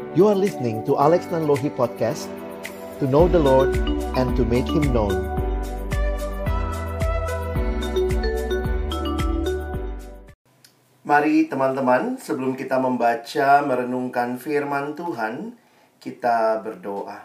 You are listening to Alex Nanlohi Podcast, to know the Lord and to make Him known. Mari teman-teman, sebelum kita membaca, merenungkan firman Tuhan, kita berdoa.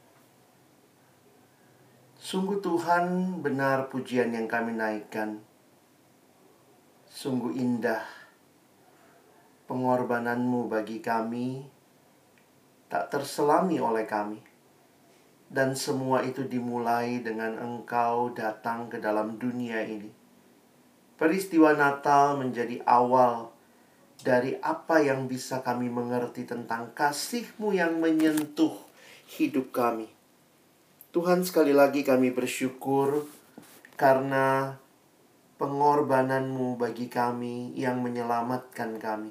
Sungguh Tuhan, benar pujian yang kami naikkan. Sungguh indah pengorbanan-Mu bagi kami, tak terselami oleh kami. Dan semua itu dimulai dengan Engkau datang ke dalam dunia ini. Peristiwa Natal menjadi awal dari apa yang bisa kami mengerti tentang kasih-Mu yang menyentuh hidup kami. Tuhan, sekali lagi kami bersyukur karena pengorbanan-Mu bagi kami yang menyelamatkan kami.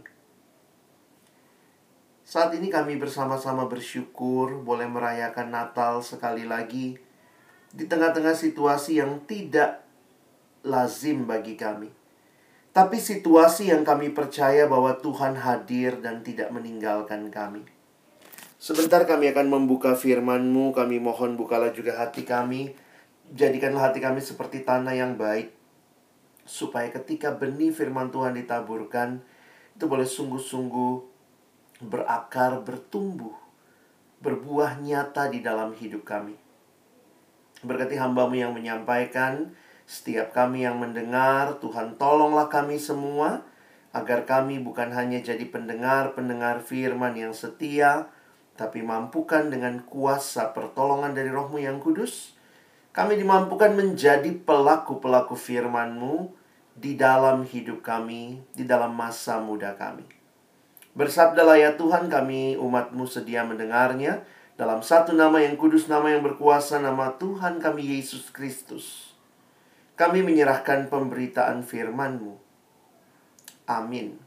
Saat ini kami bersama-sama bersyukur boleh merayakan Natal sekali lagi di tengah-tengah situasi yang tidak lazim bagi kami. Tapi situasi yang kami percaya bahwa Tuhan hadir dan tidak meninggalkan kami. Sebentar kami akan membuka firman-Mu. Kami mohon bukalah juga hati kami. Jadikanlah hati kami seperti tanah yang baik, supaya ketika benih firman Tuhan ditaburkan, itu boleh sungguh-sungguh berakar, bertumbuh, berbuah nyata di dalam hidup kami. Berkati hamba-Mu yang menyampaikan, setiap kami yang mendengar. Tuhan, tolonglah kami semua, agar kami bukan hanya jadi pendengar-pendengar firman yang setia, tapi mampukan dengan kuasa pertolongan dari Roh-Mu yang kudus, kami dimampukan menjadi pelaku-pelaku firman-Mu di dalam hidup kami, di dalam masa muda kami. Bersabdalah ya Tuhan, kami umat-Mu sedia mendengarnya, dalam satu nama yang kudus, nama yang berkuasa, nama Tuhan kami Yesus Kristus. Kami menyerahkan pemberitaan firman-Mu. Amin.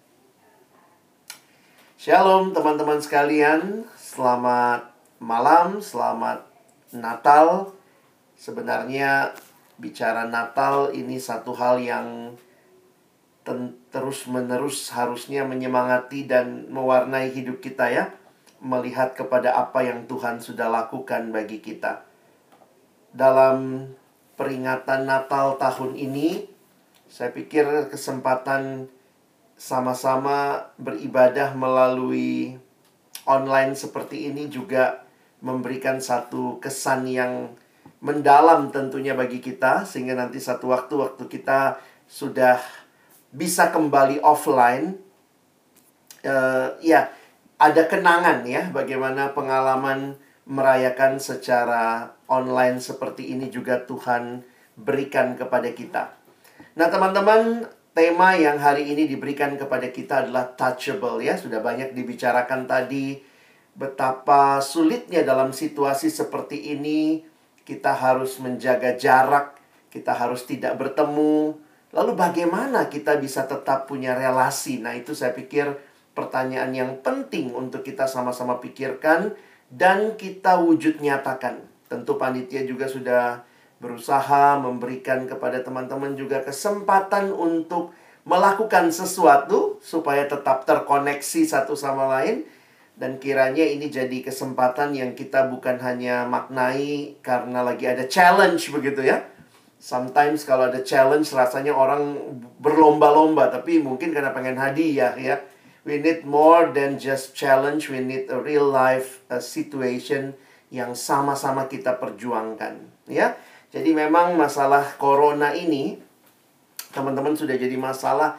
Shalom teman-teman sekalian. Selamat malam, selamat Natal. Sebenarnya bicara Natal ini satu hal yang terus-menerus harusnya menyemangati dan mewarnai hidup kita ya. Melihat kepada apa yang Tuhan sudah lakukan bagi kita. Dalam peringatan Natal tahun ini, saya pikir kesempatan sama-sama beribadah melalui online seperti ini juga memberikan satu kesan yang mendalam tentunya bagi kita, sehingga nanti satu waktu kita sudah bisa kembali offline, ada kenangan ya, bagaimana pengalaman merayakan secara online seperti ini juga Tuhan berikan kepada kita. Nah teman-teman, tema yang hari ini diberikan kepada kita adalah touchable ya. Sudah banyak dibicarakan tadi betapa sulitnya dalam situasi seperti ini. Kita harus menjaga jarak, kita harus tidak bertemu. Lalu bagaimana kita bisa tetap punya relasi? Nah itu saya pikir pertanyaan yang penting untuk kita sama-sama pikirkan dan kita wujud nyatakan. Tentu panitia juga sudah berusaha memberikan kepada teman-teman juga kesempatan untuk melakukan sesuatu supaya tetap terkoneksi satu sama lain. Dan kiranya ini jadi kesempatan yang kita bukan hanya maknai karena lagi ada challenge begitu ya. Sometimes kalau ada challenge rasanya orang berlomba-lomba, tapi mungkin karena pengen hadiah ya. We need more than just challenge, we need a real life situation yang sama-sama kita perjuangkan ya. Jadi memang masalah corona ini teman-teman sudah jadi masalah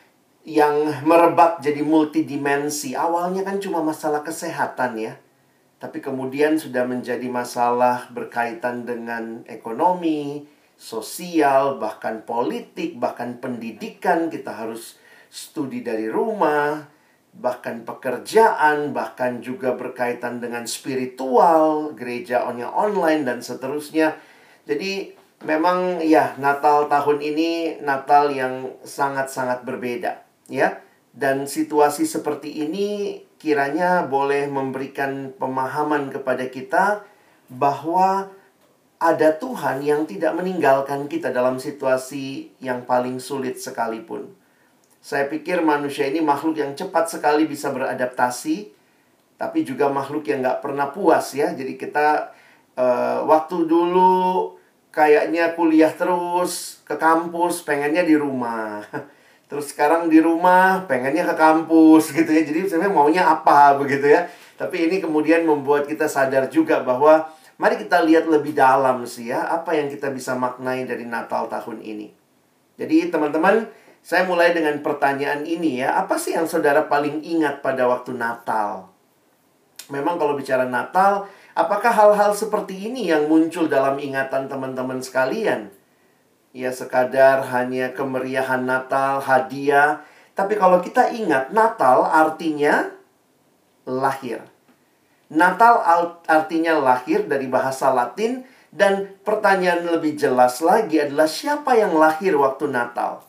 yang merebak jadi multidimensi. Awalnya kan cuma masalah kesehatan ya, tapi kemudian sudah menjadi masalah berkaitan dengan ekonomi, sosial, bahkan politik, bahkan pendidikan. Kita harus studi dari rumah, bahkan pekerjaan, bahkan juga berkaitan dengan spiritual, gereja online dan seterusnya. Jadi memang ya Natal tahun ini Natal yang sangat-sangat berbeda ya. Dan situasi seperti ini kiranya boleh memberikan pemahaman kepada kita bahwa ada Tuhan yang tidak meninggalkan kita dalam situasi yang paling sulit sekalipun. Saya pikir manusia ini makhluk yang cepat sekali bisa beradaptasi. tapi juga makhluk yang nggak pernah puas ya. Jadi kita waktu dulu kayaknya kuliah terus, ke kampus, pengennya di rumah. Terus sekarang di rumah, pengennya ke kampus gitu ya. Jadi sebenarnya maunya apa begitu ya. Tapi ini kemudian membuat kita sadar juga bahwa mari kita lihat lebih dalam sih ya, apa yang kita bisa maknai dari Natal tahun ini. Jadi teman-teman, saya mulai dengan pertanyaan ini ya. Apa sih yang saudara paling ingat pada waktu Natal? Memang kalau bicara Natal, apakah hal-hal seperti ini yang muncul dalam ingatan teman-teman sekalian? Ya sekadar hanya kemeriahan Natal, hadiah. Tapi kalau kita ingat, Natal artinya lahir. Natal artinya lahir dari bahasa Latin. Dan pertanyaan lebih jelas lagi adalah siapa yang lahir waktu Natal?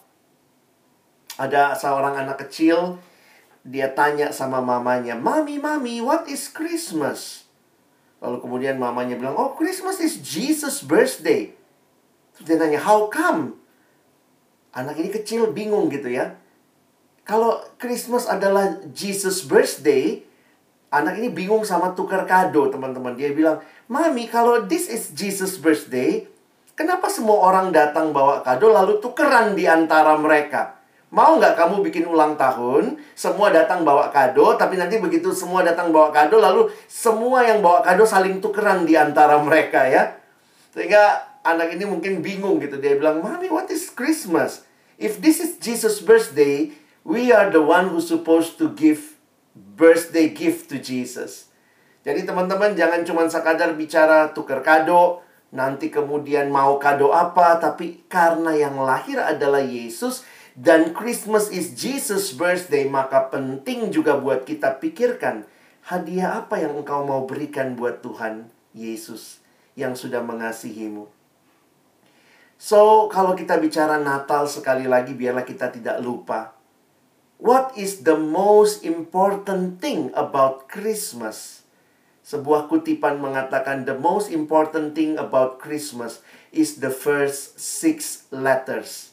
Ada seorang anak kecil, dia tanya sama mamanya, Mami, what is Christmas? Lalu kemudian mamanya bilang, oh, Christmas is Jesus' birthday. Terus dia tanya, how come? Anak ini kecil bingung gitu ya. Kalau Christmas adalah Jesus' birthday, anak ini bingung sama tukar kado, teman-teman. Dia bilang, Mami, kalau this is Jesus' birthday, kenapa semua orang datang bawa kado lalu tukeran di antara mereka? Mau nggak kamu bikin ulang tahun, semua datang bawa kado, tapi nanti begitu semua datang bawa kado, lalu semua yang bawa kado saling tukeran di antara mereka ya. Sehingga anak ini mungkin bingung gitu. Dia bilang, Mami, what is Christmas? If this is Jesus' birthday, we are the one who's supposed to give birthday gift to Jesus. Jadi teman-teman jangan cuma sekadar bicara tukar kado, nanti kemudian mau kado apa, tapi karena yang lahir adalah Yesus dan Christmas is Jesus' birthday, maka penting juga buat kita pikirkan hadiah apa yang engkau mau berikan buat Tuhan Yesus yang sudah mengasihimu. So, kalau kita bicara Natal sekali lagi, biarlah kita tidak lupa. What is the most important thing about Christmas? Sebuah kutipan mengatakan, the most important thing about Christmas is the first 6 letters.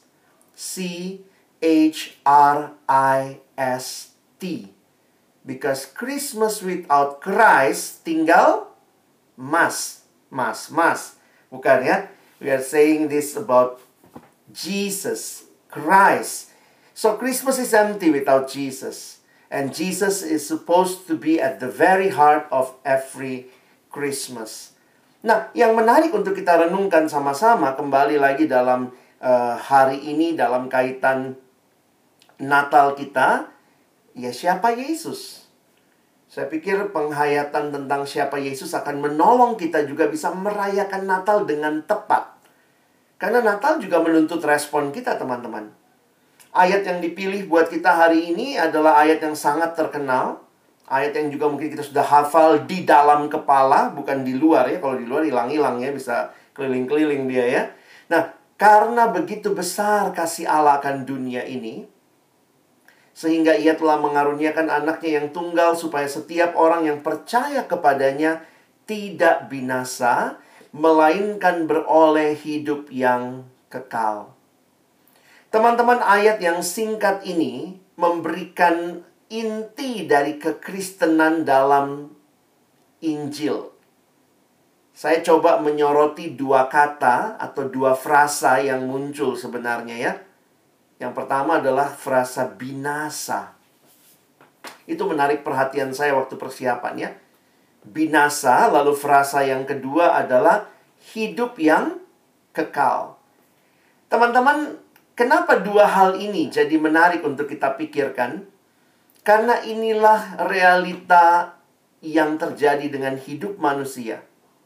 C-H-R-I-S-T. Because Christmas without Christ tinggal mas. Bukan ya? We are saying this about Jesus, Christ. So Christmas is empty without Jesus. And Jesus is supposed to be at the very heart of every Christmas. Nah, yang menarik untuk kita renungkan sama-sama kembali lagi dalam hari ini dalam kaitan Natal kita, ya siapa Yesus? Saya pikir penghayatan tentang siapa Yesus akan menolong kita juga bisa merayakan Natal dengan tepat. Karena Natal juga menuntut respon kita, teman-teman. Ayat yang dipilih buat kita hari ini adalah ayat yang sangat terkenal. Ayat yang juga mungkin kita sudah hafal di dalam kepala, bukan di luar ya. Kalau di luar hilang-hilang ya, bisa keliling-keliling dia ya. Nah, karena begitu besar kasih Allah akan dunia ini, sehingga ia telah mengaruniakan anaknya yang tunggal supaya setiap orang yang percaya kepadanya tidak binasa, melainkan beroleh hidup yang kekal. Teman-teman, ayat yang singkat ini memberikan inti dari kekristenan dalam Injil. Saya coba menyoroti 2 kata atau 2 frasa yang muncul sebenarnya ya. Yang pertama adalah frasa binasa. Itu menarik perhatian saya waktu persiapan ya. Binasa, lalu frasa yang kedua adalah hidup yang kekal. Teman-teman, kenapa 2 hal ini jadi menarik untuk kita pikirkan? Karena inilah realita yang terjadi dengan hidup manusia.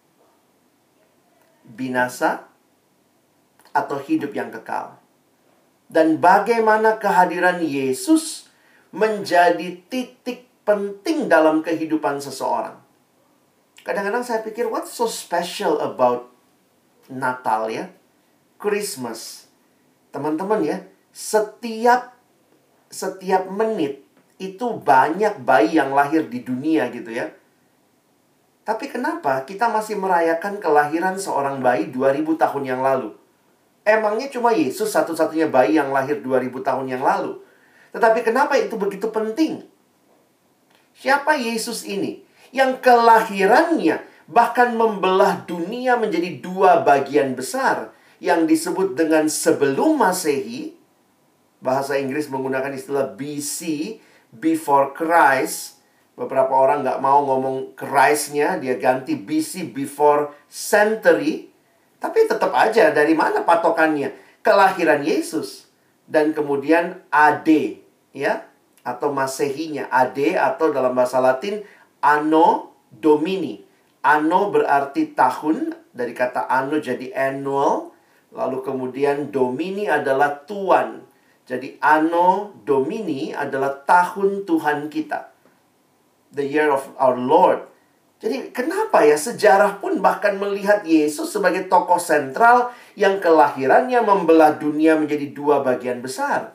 Binasa atau hidup yang kekal. Dan bagaimana kehadiran Yesus menjadi titik penting dalam kehidupan seseorang. Kadang-kadang saya pikir, what's so special about Natal ya? Christmas. Teman-teman ya, setiap menit itu banyak bayi yang lahir di dunia gitu ya. Tapi kenapa kita masih merayakan kelahiran seorang bayi 2000 tahun yang lalu? Emangnya cuma Yesus satu-satunya bayi yang lahir 2000 tahun yang lalu? Tetapi kenapa itu begitu penting? Siapa Yesus ini? Yang kelahirannya bahkan membelah dunia menjadi dua bagian besar. Yang disebut dengan sebelum Masehi. Bahasa Inggris menggunakan istilah BC, before Christ. Beberapa orang nggak mau ngomong Christ-nya, dia ganti BC, before century. Tapi tetap aja, dari mana patokannya? Kelahiran Yesus. Dan kemudian AD, ya, atau Masehinya. AD atau dalam bahasa Latin, Anno Domini. Anno berarti tahun, dari kata anno jadi annual. Lalu kemudian Domini adalah Tuan. Jadi Anno Domini adalah tahun Tuhan kita. The year of our Lord. Jadi kenapa ya sejarah pun bahkan melihat Yesus sebagai tokoh sentral yang kelahirannya membelah dunia menjadi dua bagian besar.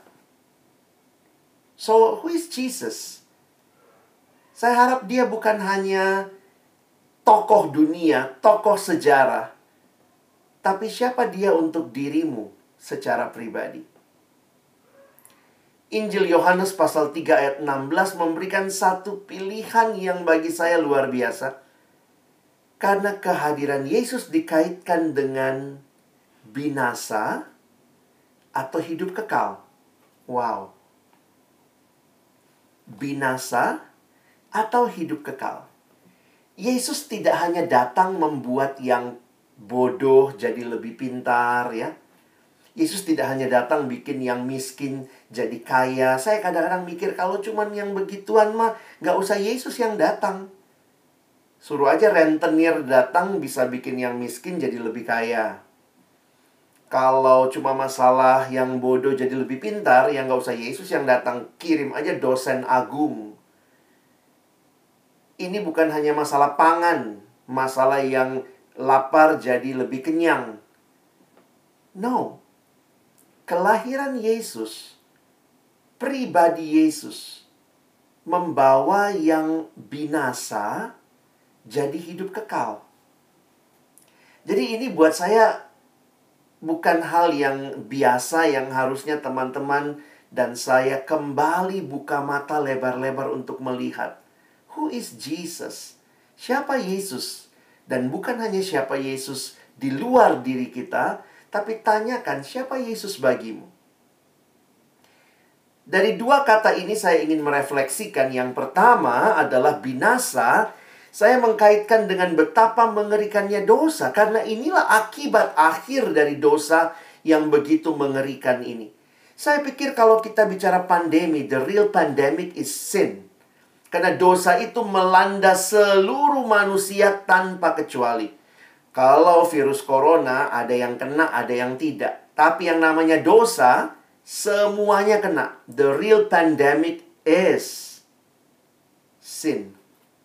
So, who is Jesus? Saya harap dia bukan hanya tokoh dunia, tokoh sejarah. Tapi siapa dia untuk dirimu secara pribadi? Injil Yohanes pasal 3 ayat 16 memberikan satu pilihan yang bagi saya luar biasa. Karena kehadiran Yesus dikaitkan dengan binasa atau hidup kekal. Wow. Binasa atau hidup kekal. Yesus tidak hanya datang membuat yang bodoh jadi lebih pintar, ya. Yesus tidak hanya datang bikin yang miskin jadi kaya. Saya kadang-kadang mikir kalau cuman yang begituan mah nggak usah Yesus yang datang. Suruh aja rentenir datang bisa bikin yang miskin jadi lebih kaya. Kalau cuma masalah yang bodoh jadi lebih pintar, ya nggak usah Yesus yang datang. Kirim aja dosen agung. Ini bukan hanya masalah pangan. Masalah yang lapar jadi lebih kenyang. No. Kelahiran Yesus, pribadi Yesus, membawa yang binasa jadi hidup kekal. Jadi ini buat saya bukan hal yang biasa yang harusnya teman-teman dan saya kembali buka mata lebar-lebar untuk melihat. Who is Jesus? Siapa Yesus? Dan bukan hanya siapa Yesus di luar diri kita, tapi tanyakan siapa Yesus bagimu. Dari dua kata ini saya ingin merefleksikan. Yang pertama adalah binasa. Saya mengkaitkan dengan betapa mengerikannya dosa. Karena inilah akibat akhir dari dosa yang begitu mengerikan ini. Saya pikir kalau kita bicara pandemi, the real pandemic is sin. Karena dosa itu melanda seluruh manusia tanpa kecuali. Kalau virus corona, ada yang kena, ada yang tidak. Tapi yang namanya dosa, semuanya kena. The real pandemic is sin.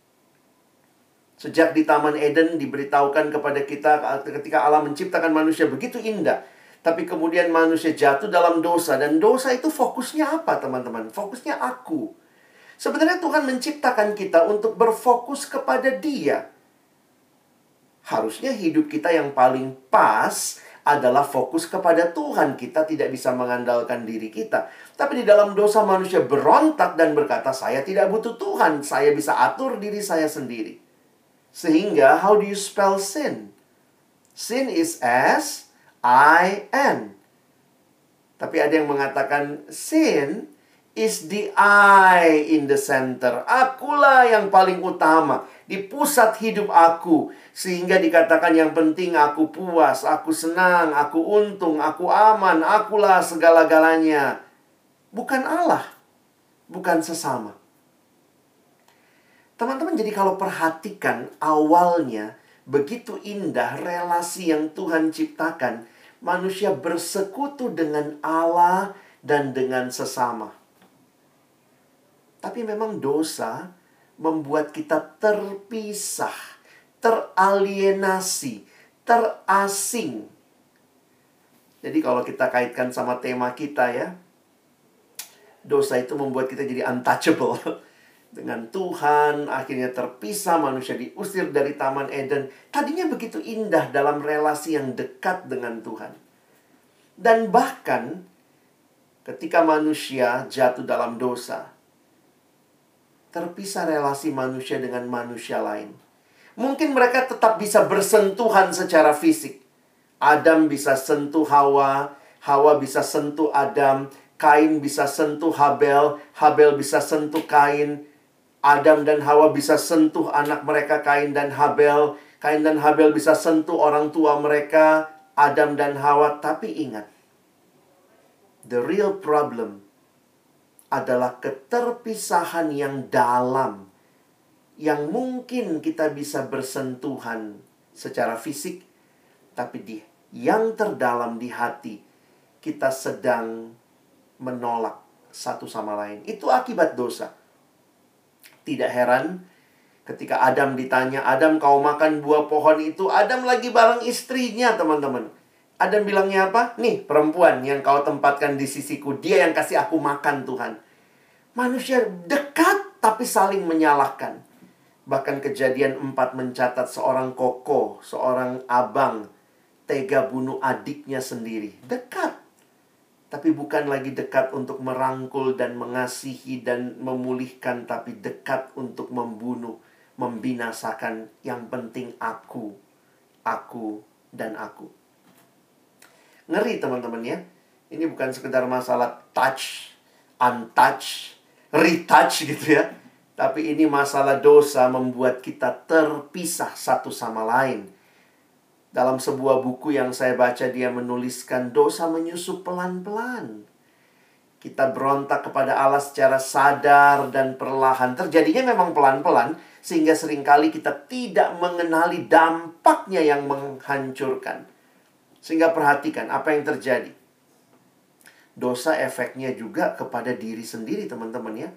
Sejak di Taman Eden diberitahukan kepada kita ketika Allah menciptakan manusia begitu indah. Tapi kemudian manusia jatuh dalam dosa. Dan dosa itu fokusnya apa, teman-teman? Fokusnya aku. Sebenarnya Tuhan menciptakan kita untuk berfokus kepada Dia. Harusnya hidup kita yang paling pas adalah fokus kepada Tuhan. Kita tidak bisa mengandalkan diri kita. Tapi di dalam dosa manusia berontak dan berkata, saya tidak butuh Tuhan. Saya bisa atur diri saya sendiri. Sehingga, how do you spell sin? Sin is S-I-N. Tapi ada yang mengatakan, sin is the I in the center. Akulah yang paling utama. Di pusat hidup aku. Sehingga dikatakan yang penting aku puas, aku senang, aku untung, aku aman. Akulah segala-galanya. Bukan Allah. Bukan sesama. Teman-teman, jadi kalau perhatikan awalnya begitu indah relasi yang Tuhan ciptakan. Manusia bersekutu dengan Allah dan dengan sesama. Tapi memang dosa membuat kita terpisah, teralienasi, terasing. Jadi kalau kita kaitkan sama tema kita ya, dosa itu membuat kita jadi untouchable dengan Tuhan, akhirnya terpisah, manusia diusir dari Taman Eden. Tadinya begitu indah dalam relasi yang dekat dengan Tuhan. Dan bahkan ketika manusia jatuh dalam dosa, Terpisah relasi manusia dengan manusia lain. Mungkin mereka tetap bisa bersentuhan secara fisik. Adam bisa sentuh Hawa, Hawa bisa sentuh Adam, Kain bisa sentuh Habel, Habel bisa sentuh Kain, Adam dan Hawa bisa sentuh anak mereka Kain dan Habel, Kain dan Habel bisa sentuh orang tua mereka Adam dan Hawa. Tapi ingat, the real problem adalah keterpisahan yang dalam, yang mungkin kita bisa bersentuhan secara fisik, tapi yang terdalam di hati, kita sedang menolak satu sama lain. Itu akibat dosa. Tidak heran ketika Adam ditanya, Adam kau makan buah pohon itu, Adam lagi bareng istrinya teman-teman. Adam bilangnya apa? Nih perempuan yang kau tempatkan di sisiku, dia yang kasih aku makan Tuhan. Manusia dekat tapi saling menyalahkan. Bahkan Kejadian 4 mencatat seorang koko, seorang abang tega bunuh adiknya sendiri. Dekat. Tapi bukan lagi dekat untuk merangkul dan mengasihi dan memulihkan, tapi dekat untuk membunuh, membinasakan. Yang penting aku, dan aku. Ngeri teman-teman ya. Ini bukan sekedar masalah touch, untouch, retouch gitu ya. Tapi ini masalah dosa membuat kita terpisah satu sama lain. Dalam sebuah buku yang saya baca, dia menuliskan dosa menyusup pelan-pelan. Kita berontak kepada Allah secara sadar dan perlahan. Terjadinya memang pelan-pelan, sehingga seringkali kita tidak mengenali dampaknya yang menghancurkan. Sehingga perhatikan apa yang terjadi. Dosa efeknya juga kepada diri sendiri teman-teman ya.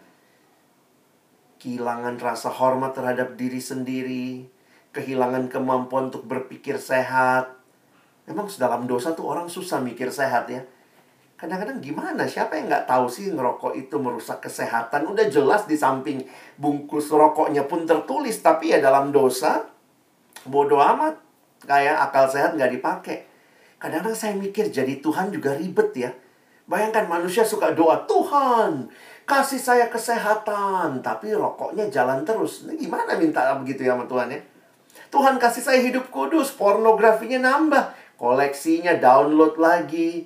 Kehilangan rasa hormat terhadap diri sendiri, kehilangan kemampuan untuk berpikir sehat. Memang dalam dosa tuh orang susah mikir sehat ya. Kadang-kadang gimana? Siapa yang nggak tahu sih ngerokok itu merusak kesehatan? Udah jelas di samping bungkus rokoknya pun tertulis. Tapi ya dalam dosa, bodoh amat. Kayak akal sehat nggak dipakai. Kadang-kadang saya mikir jadi Tuhan juga ribet ya. Bayangkan manusia suka doa, Tuhan kasih saya kesehatan, tapi rokoknya jalan terus. Ini gimana minta begitu ya sama Tuhan ya? Tuhan kasih saya hidup kudus, pornografinya nambah, koleksinya download lagi.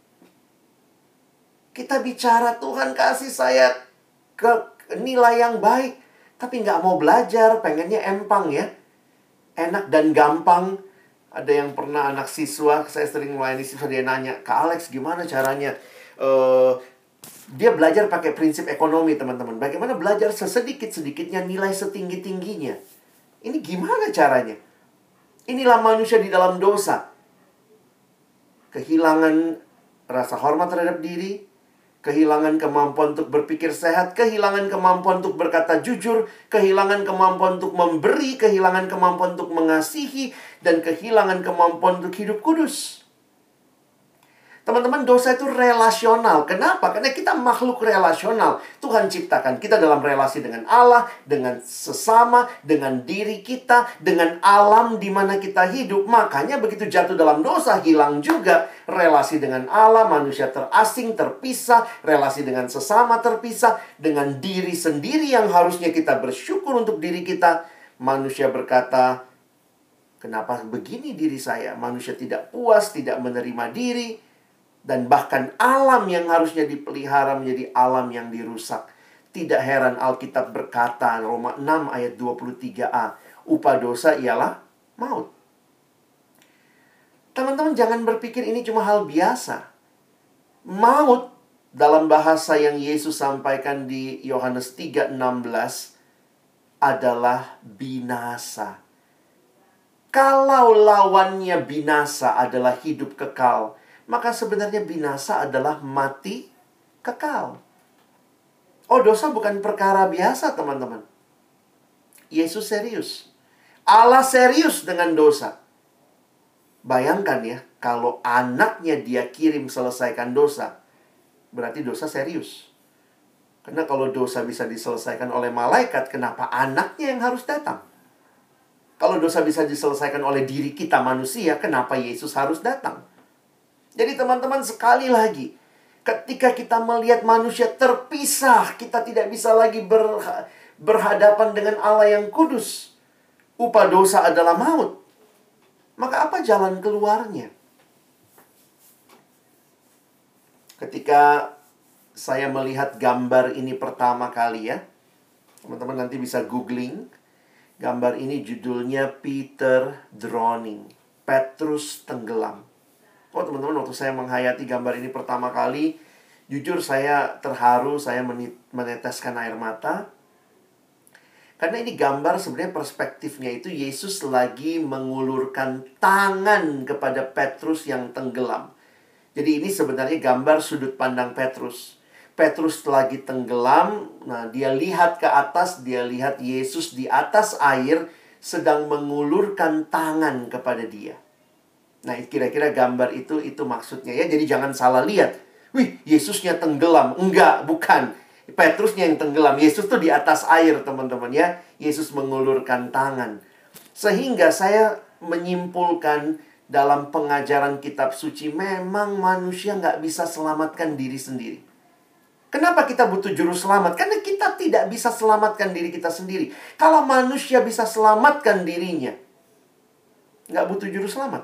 Kita bicara Tuhan kasih saya ke nilai yang baik, tapi nggak mau belajar, pengennya empang ya. Enak dan gampang. Ada yang pernah anak siswa, saya sering melayani siswa, dia nanya, Kak Alex gimana caranya? Dia belajar pakai prinsip ekonomi teman-teman. Bagaimana belajar sesedikit-sedikitnya nilai setinggi-tingginya? Ini gimana caranya? Inilah manusia di dalam dosa. Kehilangan rasa hormat terhadap diri, kehilangan kemampuan untuk berpikir sehat, kehilangan kemampuan untuk berkata jujur, kehilangan kemampuan untuk memberi, kehilangan kemampuan untuk mengasihi, dan kehilangan kemampuan untuk hidup kudus. Teman-teman, dosa itu relasional. Kenapa? Karena kita makhluk relasional. Tuhan ciptakan kita dalam relasi dengan Allah, dengan sesama, dengan diri kita, dengan alam di mana kita hidup. Makanya begitu jatuh dalam dosa, hilang juga relasi dengan Allah, manusia terasing, terpisah, relasi dengan sesama terpisah, dengan diri sendiri yang harusnya kita bersyukur untuk diri kita. Manusia berkata, kenapa begini diri saya? Manusia tidak puas, tidak menerima diri. Dan bahkan alam yang harusnya dipelihara menjadi alam yang dirusak. Tidak heran Alkitab berkata, Roma 6 ayat 23a, upah dosa ialah maut. Teman-teman jangan berpikir ini cuma hal biasa. Maut dalam bahasa yang Yesus sampaikan di Yohanes 3:16 adalah binasa. Kalau lawannya binasa adalah hidup kekal, maka sebenarnya binasa adalah mati kekal. Oh, dosa bukan perkara biasa, teman-teman. Yesus serius. Allah serius dengan dosa. Bayangkan ya, kalau anaknya dia kirim selesaikan dosa, berarti dosa serius. Karena kalau dosa bisa diselesaikan oleh malaikat, kenapa anaknya yang harus datang? Kalau dosa bisa diselesaikan oleh diri kita manusia, kenapa Yesus harus datang? Jadi teman-teman sekali lagi, ketika kita melihat manusia terpisah, kita tidak bisa lagi berhadapan dengan Allah yang kudus. Upah dosa adalah maut. Maka apa jalan keluarnya? Ketika saya melihat gambar ini pertama kali ya, teman-teman nanti bisa googling. Gambar ini judulnya Peter Drowning, Petrus tenggelam. Oh teman-teman, waktu saya menghayati gambar ini pertama kali, jujur saya terharu, saya meneteskan air mata. Karena ini gambar sebenarnya perspektifnya itu Yesus lagi mengulurkan tangan kepada Petrus yang tenggelam. Jadi ini sebenarnya gambar sudut pandang Petrus. Petrus lagi tenggelam, nah dia lihat ke atas, dia lihat Yesus di atas air sedang mengulurkan tangan kepada dia. Nah, kira-kira gambar itu maksudnya ya. Jadi jangan salah lihat. Wih, Yesusnya tenggelam. Enggak, bukan. Petrusnya yang tenggelam. Yesus tuh di atas air, teman-teman ya. Yesus mengulurkan tangan. Sehingga saya menyimpulkan dalam pengajaran kitab suci, memang manusia nggak bisa selamatkan diri sendiri. Kenapa kita butuh juru selamat? Karena kita tidak bisa selamatkan diri kita sendiri. Kalau manusia bisa selamatkan dirinya, nggak butuh juru selamat.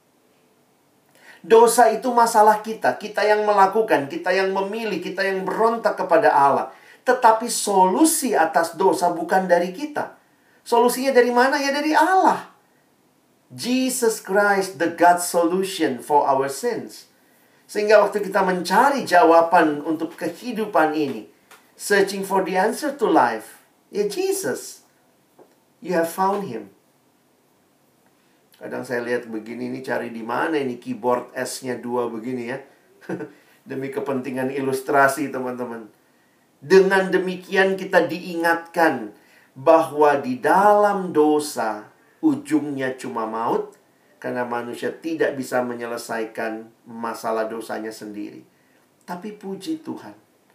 Dosa itu masalah kita. Kita yang melakukan, kita yang memilih, kita yang berontak kepada Allah. Tetapi solusi atas dosa bukan dari kita. Solusinya dari mana? Ya dari Allah. Jesus Christ, the God solution for our sins. Sehingga waktu kita mencari jawaban untuk kehidupan ini, searching for the answer to life, ya Jesus. You have found Him. Kadang saya lihat begini, ini cari di mana ini keyboard S-nya 2 begini ya. Demi kepentingan ilustrasi teman-teman. Dengan demikian kita diingatkan bahwa di dalam dosa ujungnya cuma maut. Karena manusia tidak bisa menyelesaikan masalah dosanya sendiri. Tapi puji Tuhan.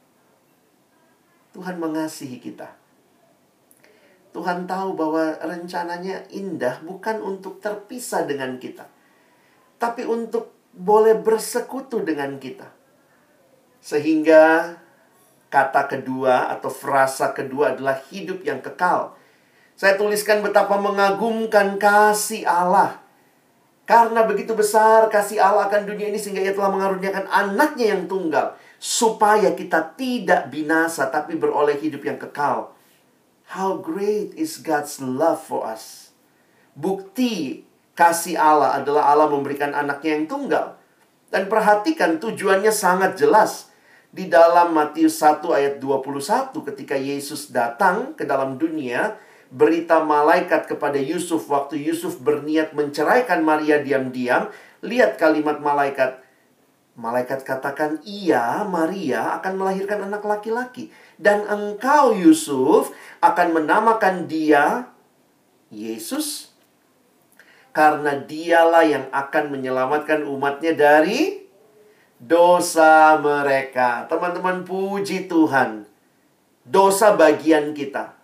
Tuhan mengasihi kita. Tuhan tahu bahwa rencananya indah bukan untuk terpisah dengan kita. Tapi untuk boleh bersekutu dengan kita. Sehingga kata kedua atau frasa kedua adalah hidup yang kekal. Saya tuliskan betapa mengagumkan kasih Allah. Karena begitu besar kasih Allah akan dunia ini sehingga Ia telah mengaruniakan anaknya yang tunggal. Supaya kita tidak binasa tapi beroleh hidup yang kekal. How great is God's love for us. Bukti kasih Allah adalah Allah memberikan anaknya yang tunggal. Dan perhatikan tujuannya sangat jelas. Di dalam Matius 1 ayat 21 ketika Yesus datang ke dalam dunia, berita malaikat kepada Yusuf waktu Yusuf berniat menceraikan Maria diam-diam. Lihat kalimat malaikat. Malaikat katakan, iya, Maria akan melahirkan anak laki-laki. Dan engkau, Yusuf, akan menamakan dia Yesus. Karena dialah yang akan menyelamatkan umatnya dari dosa mereka. Teman-teman, puji Tuhan. Dosa bagian kita.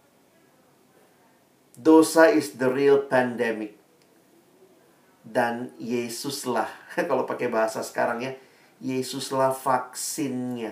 Dosa is the real pandemic. Dan Yesuslah, kalau pakai bahasa sekarang ya, Yesuslah vaksinnya.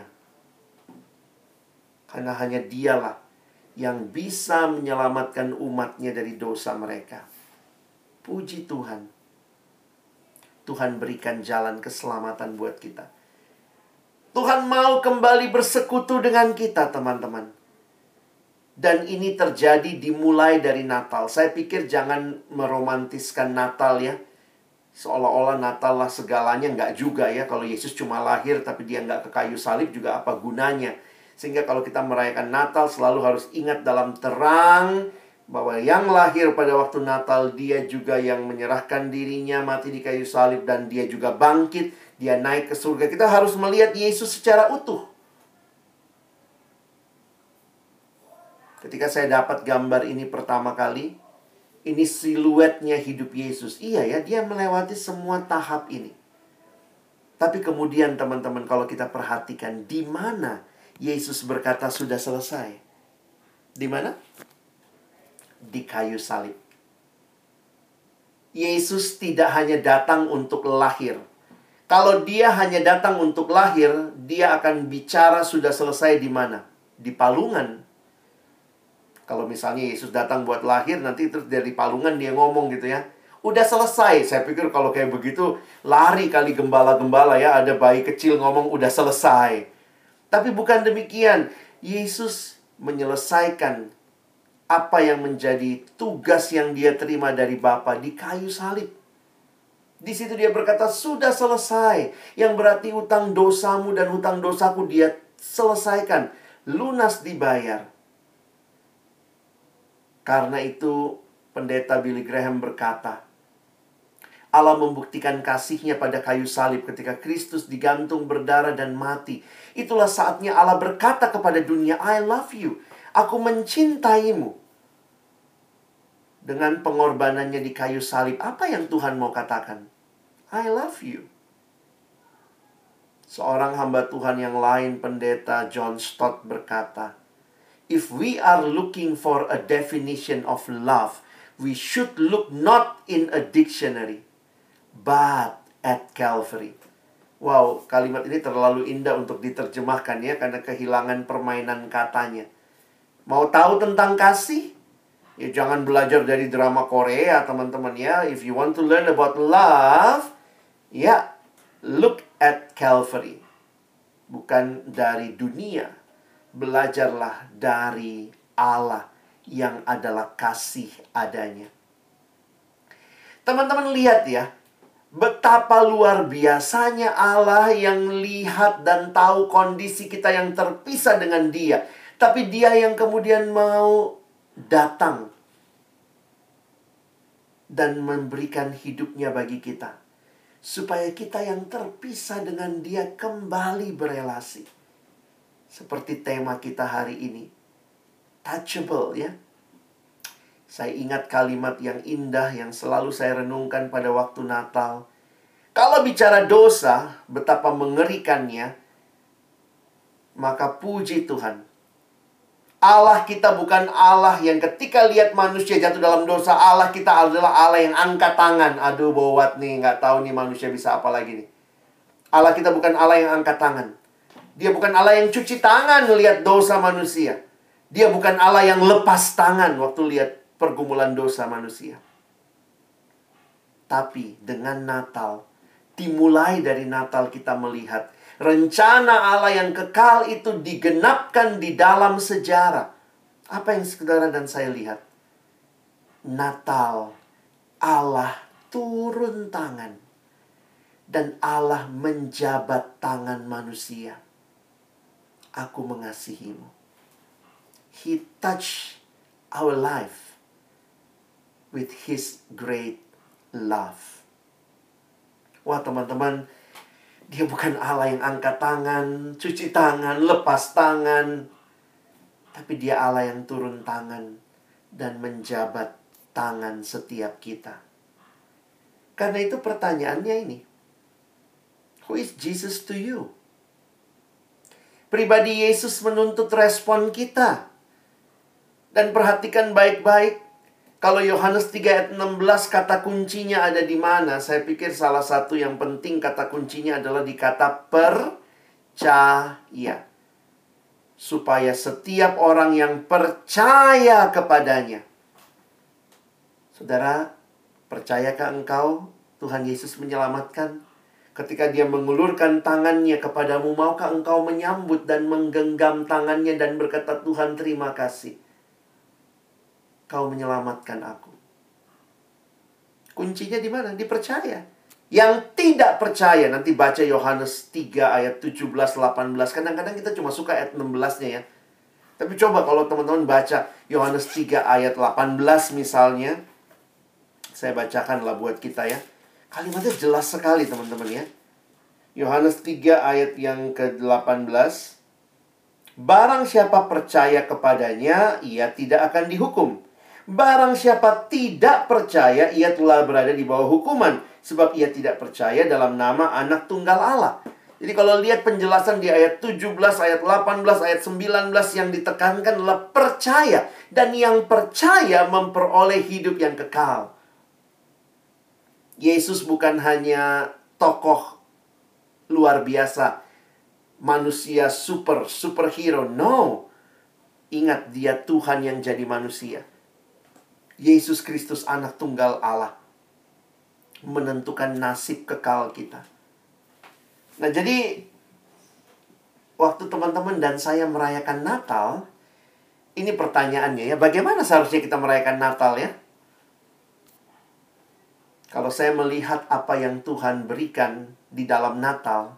Karena hanya Dialah yang bisa menyelamatkan umatnya dari dosa mereka. Puji Tuhan. Tuhan berikan jalan keselamatan buat kita. Tuhan mau kembali bersekutu dengan kita, teman-teman. Dan ini terjadi dimulai dari Natal. Saya pikir jangan meromantiskan Natal ya. Seolah-olah Natal lah segalanya. Enggak juga ya. Kalau Yesus cuma lahir tapi dia enggak ke kayu salib juga apa gunanya. Sehingga kalau kita merayakan Natal selalu harus ingat dalam terang bahwa yang lahir pada waktu Natal dia juga yang menyerahkan dirinya mati di kayu salib. Dan dia juga bangkit. Dia naik ke surga. Kita harus melihat Yesus secara utuh. Ketika saya dapat gambar ini pertama kali, ini siluetnya hidup Yesus. Iya ya, dia melewati semua tahap ini. Tapi kemudian teman-teman kalau kita perhatikan, di mana Yesus berkata sudah selesai? Di mana? Di kayu salib. Yesus tidak hanya datang untuk lahir. Kalau dia hanya datang untuk lahir, dia akan bicara sudah selesai di mana? Di palungan. Kalau misalnya Yesus datang buat lahir, nanti terus dari palungan dia ngomong gitu ya. Udah selesai. Saya pikir kalau kayak begitu, lari kali gembala-gembala ya. Ada bayi kecil ngomong udah selesai. Tapi bukan demikian. Yesus menyelesaikan apa yang menjadi tugas yang dia terima dari Bapa di kayu salib. Di situ dia berkata, sudah selesai. Yang berarti hutang dosamu dan hutang dosaku dia selesaikan. Lunas dibayar. Karena itu pendeta Billy Graham berkata, Allah membuktikan kasih-Nya pada kayu salib ketika Kristus digantung berdarah dan mati. Itulah saatnya Allah berkata kepada dunia, I love you. Aku mencintaimu. Dengan pengorbanannya di kayu salib, apa yang Tuhan mau katakan? I love you. Seorang hamba Tuhan yang lain, pendeta John Stott berkata, if we are looking for a definition of love, we should look not in a dictionary, but at Calvary. Wow, kalimat ini terlalu indah untuk diterjemahkan ya, karena kehilangan permainan katanya. Mau tahu tentang kasih? Ya jangan belajar dari drama Korea, teman-teman ya. If you want to learn about love, ya look at Calvary. Bukan dari dunia. Belajarlah dari Allah yang adalah kasih adanya. Teman-teman lihat ya, betapa luar biasanya Allah yang lihat dan tahu kondisi kita yang terpisah dengan Dia. Tapi Dia yang kemudian mau datang dan memberikan hidupnya bagi kita. Supaya kita yang terpisah dengan Dia kembali berelasi. Seperti tema kita hari ini. Touchable ya. Saya ingat kalimat yang indah yang selalu saya renungkan pada waktu Natal. Kalau bicara dosa, betapa mengerikannya. Maka puji Tuhan. Allah kita bukan Allah yang ketika lihat manusia jatuh dalam dosa. Allah kita adalah Allah yang angkat tangan. Aduh bowat nih, nggak tahu nih manusia bisa apa lagi nih. Allah kita bukan Allah yang angkat tangan. Dia bukan Allah yang cuci tangan melihat dosa manusia. Dia bukan Allah yang lepas tangan waktu lihat pergumulan dosa manusia. Tapi dengan Natal, dimulai dari Natal kita melihat rencana Allah yang kekal itu digenapkan di dalam sejarah. Apa yang saudara dan saya lihat? Natal, Allah turun tangan. Dan Allah menjabat tangan manusia. Aku mengasihimu. He touched our life with His great love. Wah teman-teman, Dia bukan Allah yang angkat tangan, cuci tangan, lepas tangan. Tapi Dia Allah yang turun tangan dan menjabat tangan setiap kita. Karena itu pertanyaannya ini. Who is Jesus to you? Pribadi Yesus menuntut respon kita. Dan perhatikan baik-baik. Kalau Yohanes 3 ayat 16 kata kuncinya ada di mana? Saya pikir salah satu yang penting kata kuncinya adalah di kata percaya. Supaya setiap orang yang percaya kepadanya. Saudara, percayakah engkau Tuhan Yesus menyelamatkan? Ketika Dia mengulurkan tangannya kepadamu, maukah engkau menyambut dan menggenggam tangannya dan berkata, Tuhan terima kasih. Kau menyelamatkan aku. Kuncinya di mana? Dipercaya. Yang tidak percaya, nanti baca Yohanes 3 ayat 17-18. Kadang-kadang kita cuma suka ayat 16-nya ya. Tapi coba kalau teman-teman baca Yohanes 3 ayat 18 misalnya. Saya bacakanlah buat kita ya. Kalimatnya jelas sekali teman-teman ya. Yohanes 3 ayat yang ke-18. Barang siapa percaya kepadanya, ia tidak akan dihukum. Barang siapa tidak percaya, ia telah berada di bawah hukuman. Sebab ia tidak percaya dalam nama anak tunggal Allah. Jadi kalau lihat penjelasan di ayat 17, ayat 18, ayat 19 yang ditekankan adalah percaya. Dan yang percaya memperoleh hidup yang kekal. Yesus bukan hanya tokoh luar biasa, manusia superhero. No. Ingat, Dia Tuhan yang jadi manusia. Yesus Kristus anak tunggal Allah menentukan nasib kekal kita. Nah, jadi waktu teman-teman dan saya merayakan Natal, ini pertanyaannya ya, bagaimana seharusnya kita merayakan Natal ya? Kalau saya melihat apa yang Tuhan berikan di dalam Natal,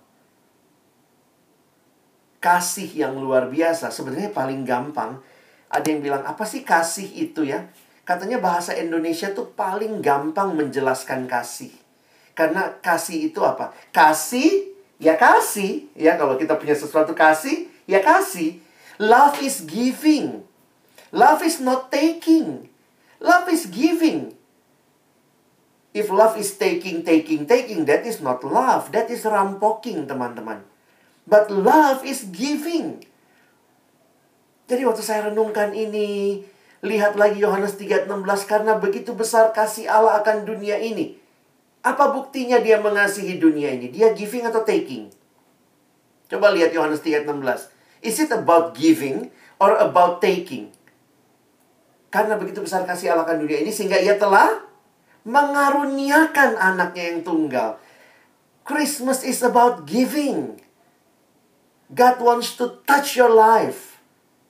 kasih yang luar biasa, sebenarnya paling gampang. Ada yang bilang, apa sih kasih itu ya? Katanya bahasa Indonesia tuh paling gampang menjelaskan kasih. Karena kasih itu apa? Kasih, ya kasih. Ya, kalau kita punya sesuatu kasih, ya kasih. Love is giving. Love is not taking. Love is giving. If love is taking, that is not love. That is rampoking, teman-teman. But love is giving. Jadi waktu saya renungkan ini, lihat lagi Yohanes 3:16, karena begitu besar kasih Allah akan dunia ini. Apa buktinya dia mengasihi dunia ini? Dia giving atau taking? Coba lihat Yohanes 3:16. Is it about giving or about taking? Karena begitu besar kasih Allah akan dunia ini, sehingga ia telah mengaruniakan anaknya yang tunggal. Christmas is about giving. God wants to touch your life.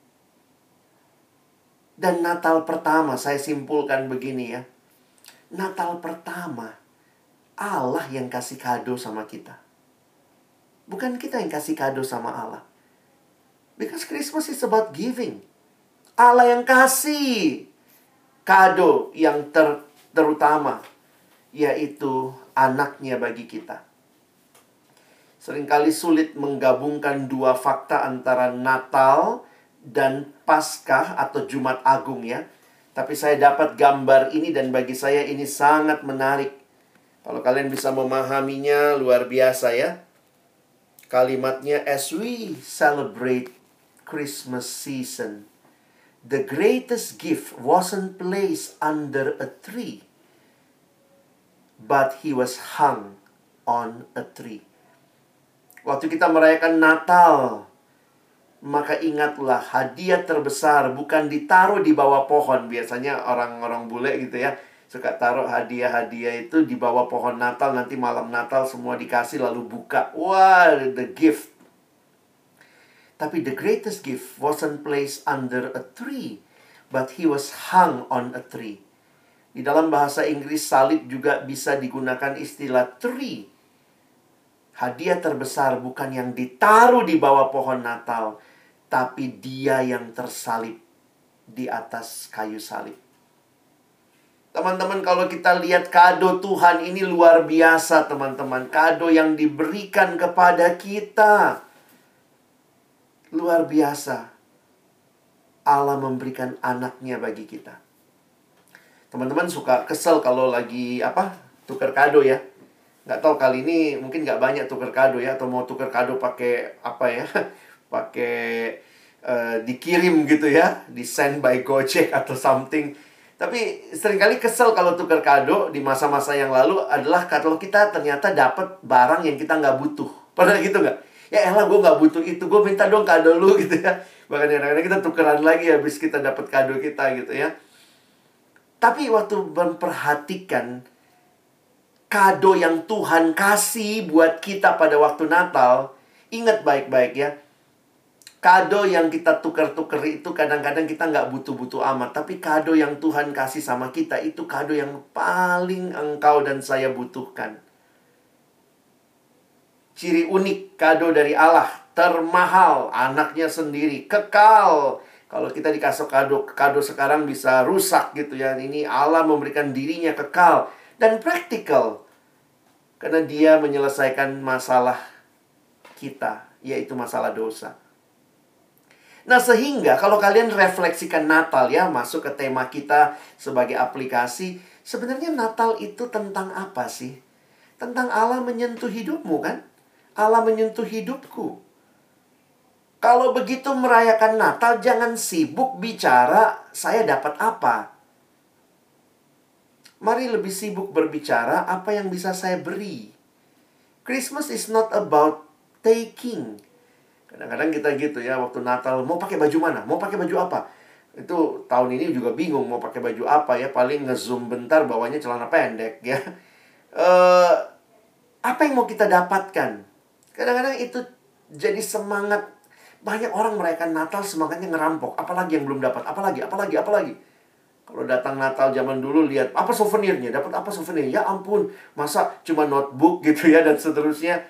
Dan Natal pertama, saya simpulkan begini ya. Natal pertama, Allah yang kasih kado sama kita. Bukan kita yang kasih kado sama Allah. Because Christmas is about giving. Allah yang kasih kado yang terutama, yaitu anaknya bagi kita. Seringkali sulit menggabungkan dua fakta antara Natal dan Paskah atau Jumat Agung ya. Tapi saya dapat gambar ini dan bagi saya ini sangat menarik. Kalau kalian bisa memahaminya, luar biasa ya. Kalimatnya, as we celebrate Christmas season, the greatest gift wasn't placed under a tree, but he was hung on a tree. Waktu kita merayakan Natal, maka ingatlah hadiah terbesar bukan ditaruh di bawah pohon. Biasanya orang-orang bule gitu ya, suka taruh hadiah-hadiah itu di bawah pohon Natal. Nanti malam Natal semua dikasih lalu buka. Wah, the gift. Tapi the greatest gift wasn't placed under a tree, but he was hung on a tree. Di dalam bahasa Inggris, salib juga bisa digunakan istilah tree. Hadiah terbesar bukan yang ditaruh di bawah pohon Natal, tapi dia yang tersalib di atas kayu salib. Teman-teman, kalau kita lihat kado Tuhan ini luar biasa, teman-teman. Kado yang diberikan kepada kita. Luar biasa. Allah memberikan anaknya bagi kita. Teman-teman suka kesel kalau lagi tukar kado ya. Nggak tahu kali ini mungkin nggak banyak tukar kado ya, atau mau tukar kado pakai pakai dikirim gitu ya, di send by Gojek atau something. Tapi seringkali kesel kalau tukar kado di masa-masa yang lalu adalah kalau kita ternyata dapat barang yang kita nggak butuh. Pernah gitu nggak? Ya elah, gue nggak butuh itu, gue minta dong kado lu gitu ya. Bahkan kadang-kadang kita tukeran lagi habis kita dapat kado kita gitu ya. Tapi waktu memperhatikan kado yang Tuhan kasih buat kita pada waktu Natal, ingat baik-baik ya. Kado yang kita tukar-tukar itu kadang-kadang kita nggak butuh-butuh amat. Tapi kado yang Tuhan kasih sama kita itu kado yang paling engkau dan saya butuhkan. Ciri unik kado dari Allah, termahal, anaknya sendiri, kekal. Kalau kita dikasih kado sekarang bisa rusak gitu ya. Ini Allah memberikan dirinya kekal dan praktikal. Karena dia menyelesaikan masalah kita, yaitu masalah dosa. Nah, sehingga kalau kalian refleksikan Natal ya, masuk ke tema kita sebagai aplikasi, sebenarnya Natal itu tentang apa sih? Tentang Allah menyentuh hidupmu kan? Allah menyentuh hidupku. Kalau begitu merayakan Natal, jangan sibuk bicara saya dapat apa. Mari lebih sibuk berbicara apa yang bisa saya beri. Christmas is not about taking. Kadang-kadang kita gitu ya, waktu Natal mau pakai baju mana? Mau pakai baju apa? Itu tahun ini juga bingung mau pakai baju apa ya. Paling nge-zoom bentar bawahnya celana pendek ya. eh Apa yang mau kita dapatkan? Kadang-kadang itu jadi semangat. Banyak orang merayakan Natal semangatnya ngerampok. Apalagi yang belum dapat? Apalagi? Kalau datang Natal zaman dulu lihat apa souvenirnya, dapat apa souvenir? Ya ampun, masa cuma notebook gitu ya dan seterusnya.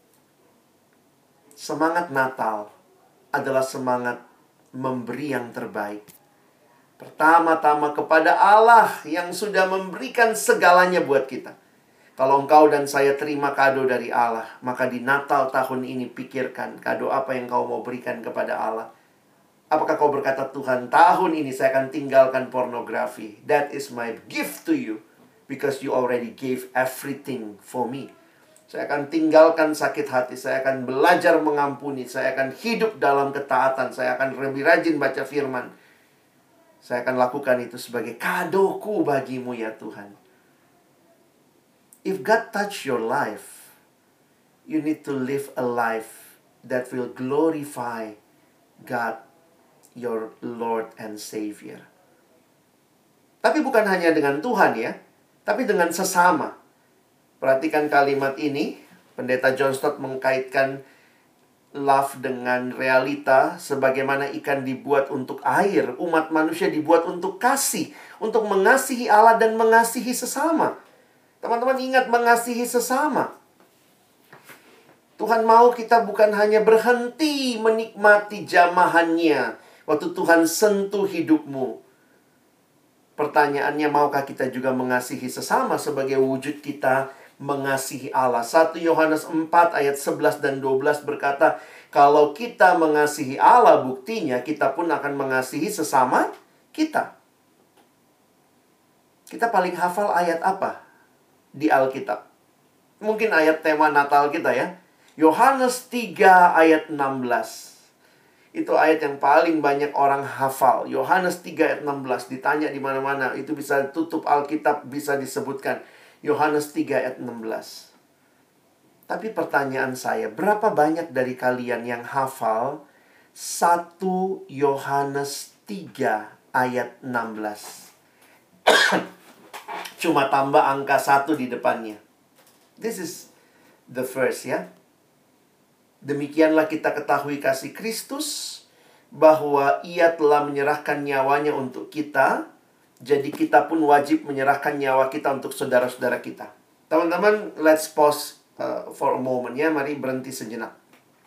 Semangat Natal adalah semangat memberi yang terbaik. Pertama-tama kepada Allah yang sudah memberikan segalanya buat kita. Kalau engkau dan saya terima kado dari Allah, maka di Natal tahun ini pikirkan kado apa yang kau mau berikan kepada Allah. Apakah kau berkata, Tuhan, tahun ini saya akan tinggalkan pornografi. That is my gift to you. Because you already gave everything for me. Saya akan tinggalkan sakit hati. Saya akan belajar mengampuni. Saya akan hidup dalam ketaatan. Saya akan lebih rajin baca firman. Saya akan lakukan itu sebagai kadoku bagimu ya Tuhan. If God touch your life, you need to live a life that will glorify God, your Lord and Savior. Tapi bukan hanya dengan Tuhan ya, tapi dengan sesama. Perhatikan kalimat ini, Pendeta John Stott mengkaitkan love dengan realita. Sebagaimana ikan dibuat untuk air, umat manusia dibuat untuk kasih, untuk mengasihi Allah dan mengasihi sesama. Teman-teman ingat mengasihi sesama. Tuhan mau kita bukan hanya berhenti menikmati jamahannya waktu Tuhan sentuh hidupmu. Pertanyaannya, maukah kita juga mengasihi sesama sebagai wujud kita mengasihi Allah? 1 Yohanes 4 ayat 11 dan 12 berkata, kalau kita mengasihi Allah, buktinya kita pun akan mengasihi sesama kita. Kita paling hafal ayat apa di Alkitab? Mungkin ayat tema Natal kita ya. Yohanes 3 ayat 16. Itu ayat yang paling banyak orang hafal. Yohanes 3 ayat 16. Ditanya di mana-mana. Itu bisa tutup Alkitab, bisa disebutkan. Yohanes 3 ayat 16. Tapi pertanyaan saya, berapa banyak dari kalian yang hafal 1 Yohanes 3 ayat 16? Cuma tambah angka 1 di depannya. This is the verse ya. Demikianlah kita ketahui kasih Kristus, bahwa ia telah menyerahkan nyawanya untuk kita. Jadi kita pun wajib menyerahkan nyawa kita untuk saudara-saudara kita. Teman-teman, let's pause for a moment ya. Mari berhenti sejenak.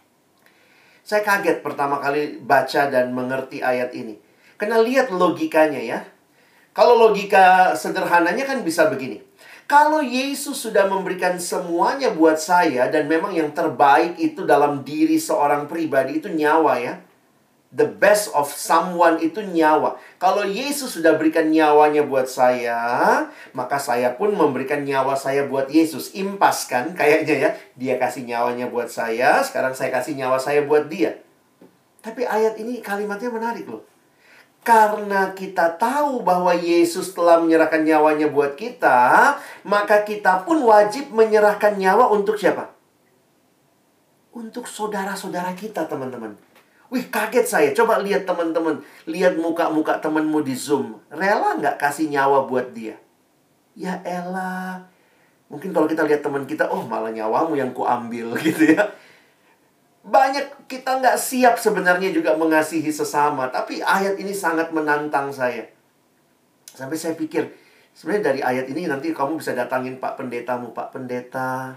Saya kaget pertama kali baca dan mengerti ayat ini. Karena lihat logikanya ya. Kalau logika sederhananya kan bisa begini. Kalau Yesus sudah memberikan semuanya buat saya, dan memang yang terbaik itu dalam diri seorang pribadi itu nyawa ya. The best of someone itu nyawa. Kalau Yesus sudah berikan nyawanya buat saya, maka saya pun memberikan nyawa saya buat Yesus. Impas kan kayaknya ya. Dia kasih nyawanya buat saya, sekarang saya kasih nyawa saya buat dia. Tapi ayat ini kalimatnya menarik loh. Karena kita tahu bahwa Yesus telah menyerahkan nyawanya buat kita, maka kita pun wajib menyerahkan nyawa untuk siapa? Untuk saudara-saudara kita, teman-teman. Wih, kaget saya. Coba lihat teman-teman. Lihat muka-muka temanmu di Zoom. Rela nggak kasih nyawa buat dia? Ya elah. Mungkin kalau kita lihat teman kita, oh malah nyawamu yang kuambil gitu ya. Banyak kita nggak siap sebenarnya juga mengasihi sesama. Tapi ayat ini sangat menantang saya. Sampai saya pikir, sebenarnya dari ayat ini nanti kamu bisa datangin Pak Pendetamu. Pak Pendeta,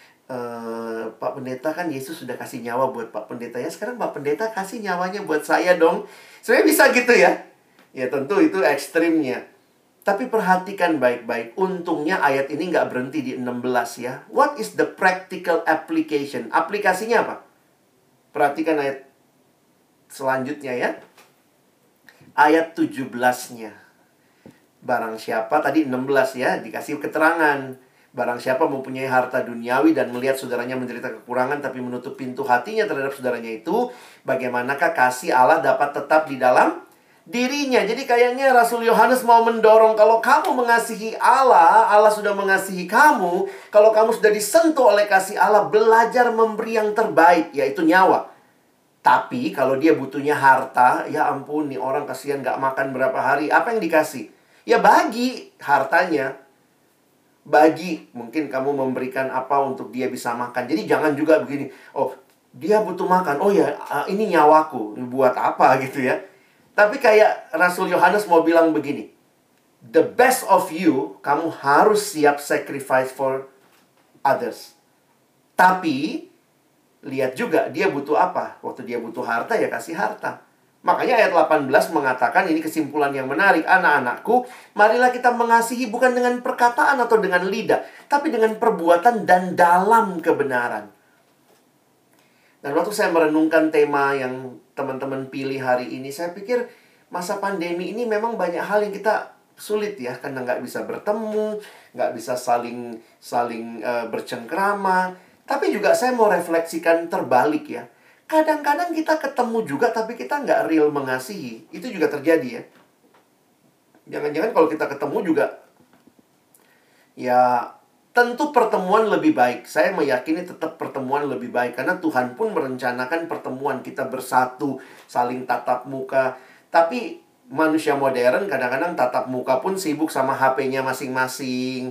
Pak Pendeta kan Yesus sudah kasih nyawa buat Pak Pendeta ya. Sekarang Pak Pendeta kasih nyawanya buat saya dong. Sebenarnya bisa gitu ya. Ya tentu itu ekstrimnya. Tapi perhatikan baik-baik. Untungnya ayat ini nggak berhenti di 16 ya. What is the practical application? Aplikasinya apa? Perhatikan ayat selanjutnya ya. Ayat 17-nya. Barang siapa, tadi 16 ya, dikasih keterangan. Barang siapa mempunyai harta duniawi dan melihat saudaranya menderita kekurangan tapi menutup pintu hatinya terhadap saudaranya itu, bagaimanakah kasih Allah dapat tetap di dalam dirinya? Jadi kayaknya Rasul Yohanes mau mendorong, kalau kamu mengasihi Allah, Allah sudah mengasihi kamu. Kalau kamu sudah disentuh oleh kasih Allah, belajar memberi yang terbaik, yaitu nyawa. Tapi kalau dia butuhnya harta, ya ampun nih orang kasihan gak makan berapa hari. Apa yang dikasih? Ya bagi hartanya. Bagi, mungkin kamu memberikan apa untuk dia bisa makan. Jadi jangan juga begini, oh dia butuh makan, oh ya ini nyawaku, buat apa gitu ya. Tapi kayak Rasul Yohanes mau bilang begini, the best of you, kamu harus siap sacrifice for others. Tapi lihat juga dia butuh apa. Waktu dia butuh harta, ya kasih harta. Makanya ayat 18 mengatakan, ini kesimpulan yang menarik. Anak-anakku, marilah kita mengasihi bukan dengan perkataan atau dengan lidah, tapi dengan perbuatan dan dalam kebenaran. Dan waktu saya merenungkan tema yang teman-teman pilih hari ini, saya pikir masa pandemi ini memang banyak hal yang kita sulit ya. Karena nggak bisa bertemu, nggak bisa saling bercengkrama. Tapi juga saya mau refleksikan terbalik ya. Kadang-kadang kita ketemu juga tapi kita nggak real mengasihi. Itu juga terjadi ya. Jangan-jangan kalau kita ketemu juga, ya tentu pertemuan lebih baik. Saya meyakini tetap pertemuan lebih baik. Karena Tuhan pun merencanakan pertemuan kita bersatu, saling tatap muka. Tapi manusia modern kadang-kadang tatap muka pun sibuk sama HP-nya masing-masing,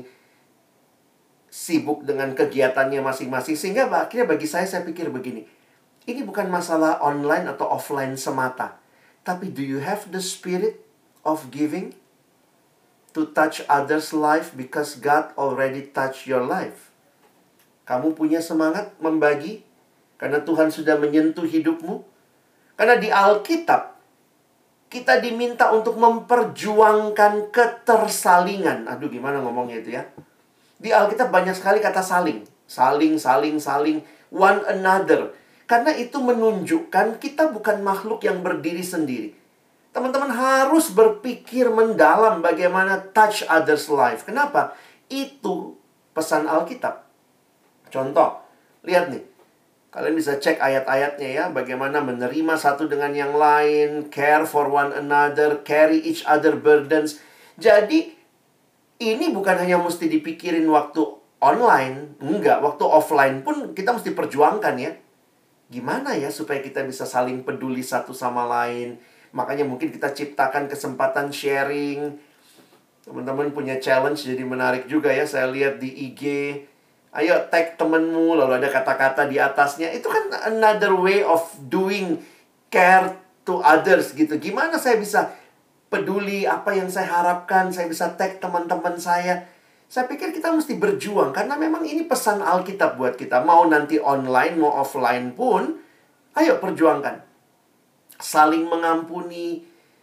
sibuk dengan kegiatannya masing-masing. Sehingga akhirnya bagi saya pikir begini, ini bukan masalah online atau offline semata, tapi do you have the spirit of giving to touch others' life because God already touched your life? Kamu punya semangat membagi karena Tuhan sudah menyentuh hidupmu? Karena di Alkitab kita diminta untuk memperjuangkan ketersalingan. Aduh, gimana ngomongnya itu ya? Di Alkitab banyak sekali kata saling. Saling, one another. Karena itu menunjukkan kita bukan makhluk yang berdiri sendiri. Teman-teman harus berpikir mendalam bagaimana touch others' life. Kenapa? Itu pesan Alkitab. Contoh, lihat nih. Kalian bisa cek ayat-ayatnya ya. Bagaimana menerima satu dengan yang lain, care for one another, carry each other burdens. Jadi, ini bukan hanya mesti dipikirin waktu online. Enggak, waktu offline pun kita mesti perjuangkan ya. Gimana ya supaya kita bisa saling peduli satu sama lain. Makanya mungkin kita ciptakan kesempatan sharing. Teman-teman punya challenge jadi menarik juga ya. Saya lihat di IG. Ayo tag temenmu, lalu ada kata-kata di atasnya. Itu kan another way of doing care to others gitu. Gimana saya bisa peduli apa yang saya harapkan. Saya bisa tag teman-teman saya. Saya pikir kita mesti berjuang. Karena memang ini pesan Alkitab buat kita. Mau nanti online, mau offline pun, ayo perjuangkan. Saling mengampuni.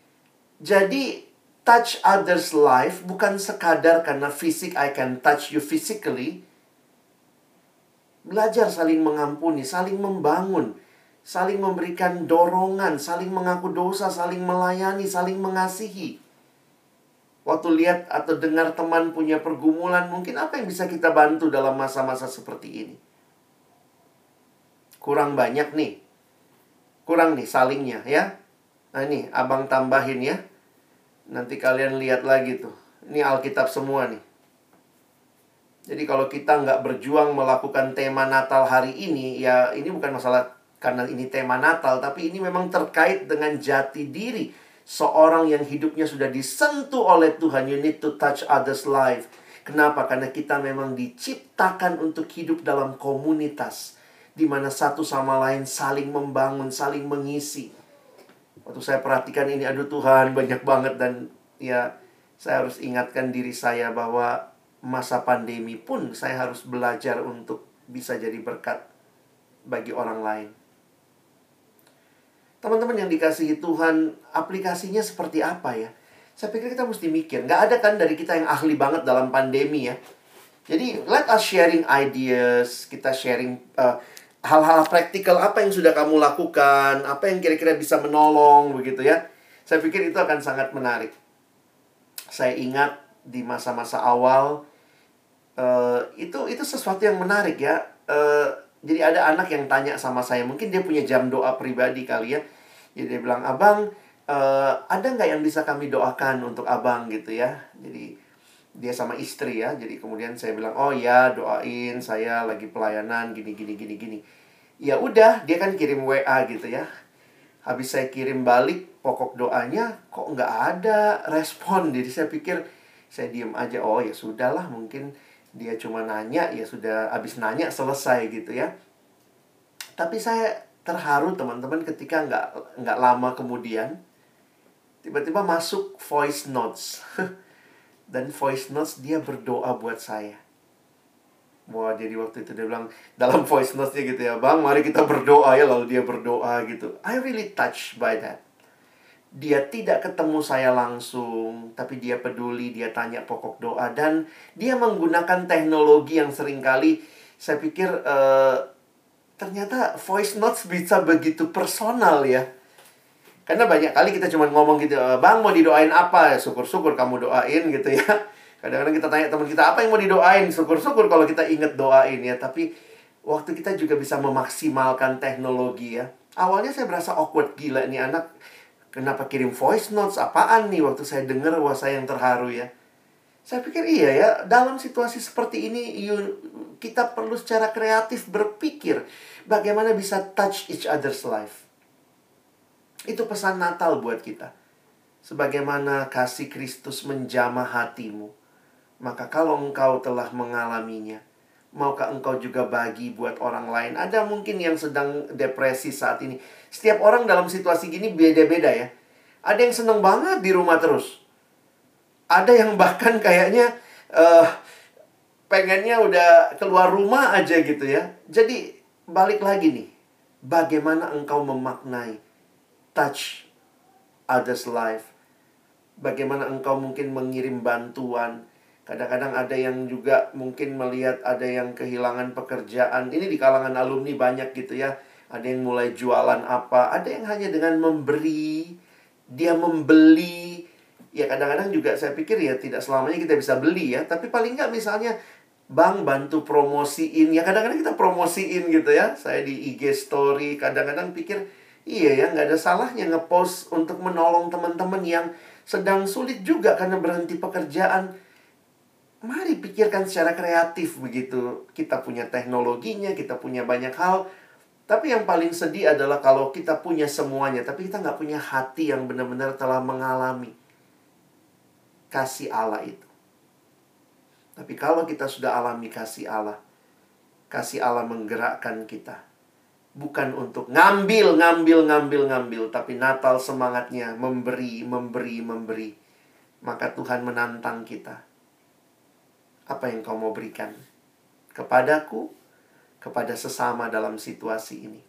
Jadi, touch others' life bukan sekadar karena fisik, I can touch you physically. Belajar saling mengampuni, saling membangun, saling memberikan dorongan, saling mengaku dosa, saling melayani, saling mengasihi. Waktu lihat atau dengar teman punya pergumulan, mungkin apa yang bisa kita bantu dalam masa-masa seperti ini? Kurang banyak nih. Kurang nih salingnya ya. Nah ini abang tambahin ya. Nanti kalian lihat lagi tuh. Ini Alkitab semua nih. Jadi kalau kita nggak berjuang melakukan tema Natal hari ini, ya ini bukan masalah karena ini tema Natal, tapi ini memang terkait dengan jati diri seorang yang hidupnya sudah disentuh oleh Tuhan. You need to touch others' life. Kenapa? Karena kita memang diciptakan untuk hidup dalam komunitas, di mana satu sama lain saling membangun, saling mengisi. Waktu saya perhatikan ini, aduh Tuhan, banyak banget. Dan ya, saya harus ingatkan diri saya bahwa masa pandemi pun saya harus belajar untuk bisa jadi berkat bagi orang lain. Teman-teman yang dikasihi Tuhan, aplikasinya seperti apa ya? Saya pikir kita mesti mikir. Nggak ada kan dari kita yang ahli banget dalam pandemi ya. Jadi, let us sharing ideas. Kita sharing hal-hal praktikal. Apa yang sudah kamu lakukan. Apa yang kira-kira bisa menolong. Begitu ya. Saya pikir itu akan sangat menarik. Saya ingat di masa-masa awal. Itu sesuatu yang menarik ya. Jadi ada anak yang tanya sama saya. Mungkin dia punya jam doa pribadi kali ya. Jadi dia bilang, abang, ada nggak yang bisa kami doakan untuk abang gitu ya. Jadi dia sama istri ya. Jadi kemudian saya bilang, oh ya doain, saya lagi pelayanan gini. Ya udah, dia kan kirim WA gitu ya. Habis saya kirim balik pokok doanya, kok nggak ada respon. Jadi saya pikir, saya diem aja. Oh ya sudahlah, mungkin dia cuma nanya, ya sudah, habis nanya selesai gitu ya. Tapi saya terharu teman-teman ketika nggak lama kemudian tiba-tiba masuk voice notes. Dan voice notes dia berdoa buat saya. Wah, jadi waktu itu dia bilang dalam voice notes-nya gitu ya, Bang, mari kita berdoa ya. Lalu dia berdoa gitu. I really touched by that. Dia tidak ketemu saya langsung, tapi dia peduli, dia tanya pokok doa. Dan dia menggunakan teknologi yang seringkali saya pikir ternyata voice notes bisa begitu personal ya. Karena banyak kali kita cuma ngomong gitu, Bang mau didoain apa? Syukur-syukur kamu doain gitu ya. Kadang-kadang kita tanya teman kita, apa yang mau didoain? Syukur-syukur kalau kita ingat doain ya. Tapi waktu kita juga bisa memaksimalkan teknologi ya. Awalnya saya berasa awkward, gila nih anak. Kenapa kirim voice notes? Apaan nih? Waktu saya dengar, wah saya yang terharu ya. Saya pikir iya ya, dalam situasi seperti ini kita perlu secara kreatif berpikir bagaimana bisa touch each other's life. Itu pesan Natal buat kita. Sebagaimana kasih Kristus menjamah hatimu, maka kalau engkau telah mengalaminya, maukah engkau juga bagi buat orang lain? Ada mungkin yang sedang depresi saat ini. Setiap orang dalam situasi gini beda-beda ya. Ada yang seneng banget di rumah terus. Ada yang bahkan kayaknya pengennya udah keluar rumah aja gitu ya. Jadi balik lagi nih. Bagaimana engkau memaknai touch others life? Bagaimana engkau mungkin mengirim bantuan? Kadang-kadang ada yang juga mungkin melihat ada yang kehilangan pekerjaan. Ini di kalangan alumni banyak gitu ya. Ada yang mulai jualan apa. Ada yang hanya dengan memberi. Dia membeli. Ya kadang-kadang juga saya pikir ya tidak selamanya kita bisa beli ya. Tapi paling nggak misalnya, Bang bantu promosiin. Ya kadang-kadang kita promosiin gitu ya. Saya di IG story kadang-kadang pikir, iya ya nggak ada salahnya ngepost untuk menolong teman-teman yang sedang sulit juga karena berhenti pekerjaan. Mari pikirkan secara kreatif begitu. Kita punya teknologinya, kita punya banyak hal. Tapi yang paling sedih adalah kalau kita punya semuanya, tapi kita nggak punya hati yang benar-benar telah mengalami kasih Allah itu. Tapi kalau kita sudah alami kasih Allah menggerakkan kita. Bukan untuk ngambil, tapi Natal semangatnya memberi. Maka Tuhan menantang kita. Apa yang kau mau berikan kepadaku, kepada sesama dalam situasi ini?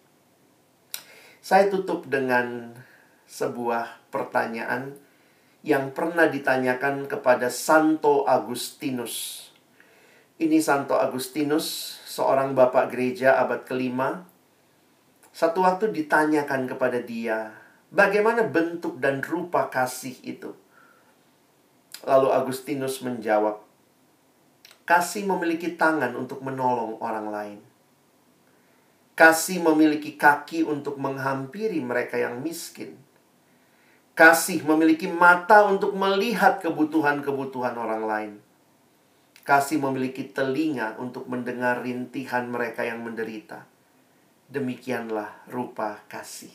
Saya tutup dengan sebuah pertanyaan yang pernah ditanyakan kepada Santo Agustinus. Ini Santo Agustinus, seorang bapak gereja abad ke-5. Satu waktu ditanyakan kepada dia, bagaimana bentuk dan rupa kasih itu? Lalu Agustinus menjawab, kasih memiliki tangan untuk menolong orang lain. Kasih memiliki kaki untuk menghampiri mereka yang miskin. Kasih memiliki mata untuk melihat kebutuhan-kebutuhan orang lain. Kasih memiliki telinga untuk mendengar rintihan mereka yang menderita. Demikianlah rupa kasih.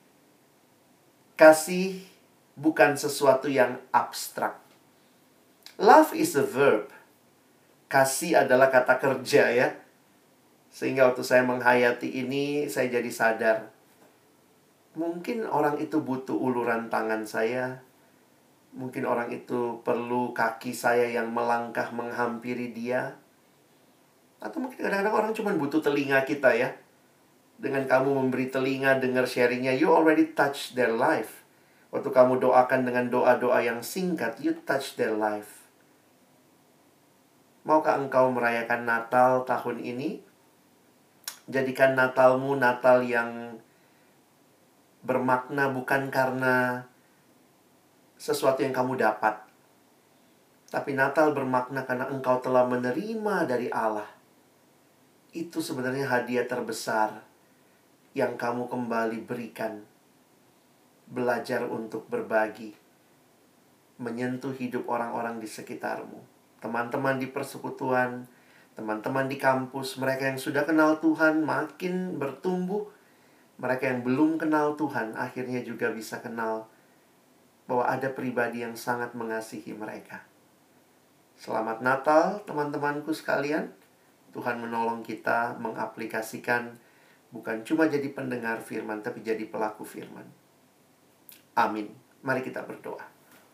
Kasih bukan sesuatu yang abstrak. Love is a verb. Kasih adalah kata kerja ya. Sehingga waktu saya menghayati ini, saya jadi sadar. Mungkin orang itu butuh uluran tangan saya. Mungkin orang itu perlu kaki saya yang melangkah menghampiri dia. Atau mungkin kadang-kadang orang cuma butuh telinga kita ya. Dengan kamu memberi telinga, dengar sharingnya, you already touch their life. Waktu kamu doakan dengan doa-doa yang singkat, you touch their life. Maukah engkau merayakan Natal tahun ini? Jadikan Natalmu Natal yang bermakna bukan karena sesuatu yang kamu dapat. Tapi Natal bermakna karena engkau telah menerima dari Allah. Itu sebenarnya hadiah terbesar yang kamu kembali berikan. Belajar untuk berbagi. Menyentuh hidup orang-orang di sekitarmu. Teman-teman di persekutuan, teman-teman di kampus, mereka yang sudah kenal Tuhan makin bertumbuh. Mereka yang belum kenal Tuhan akhirnya juga bisa kenal bahwa ada pribadi yang sangat mengasihi mereka. Selamat Natal teman-temanku sekalian. Tuhan menolong kita mengaplikasikan bukan cuma jadi pendengar firman, tapi jadi pelaku firman. Amin. Mari kita berdoa.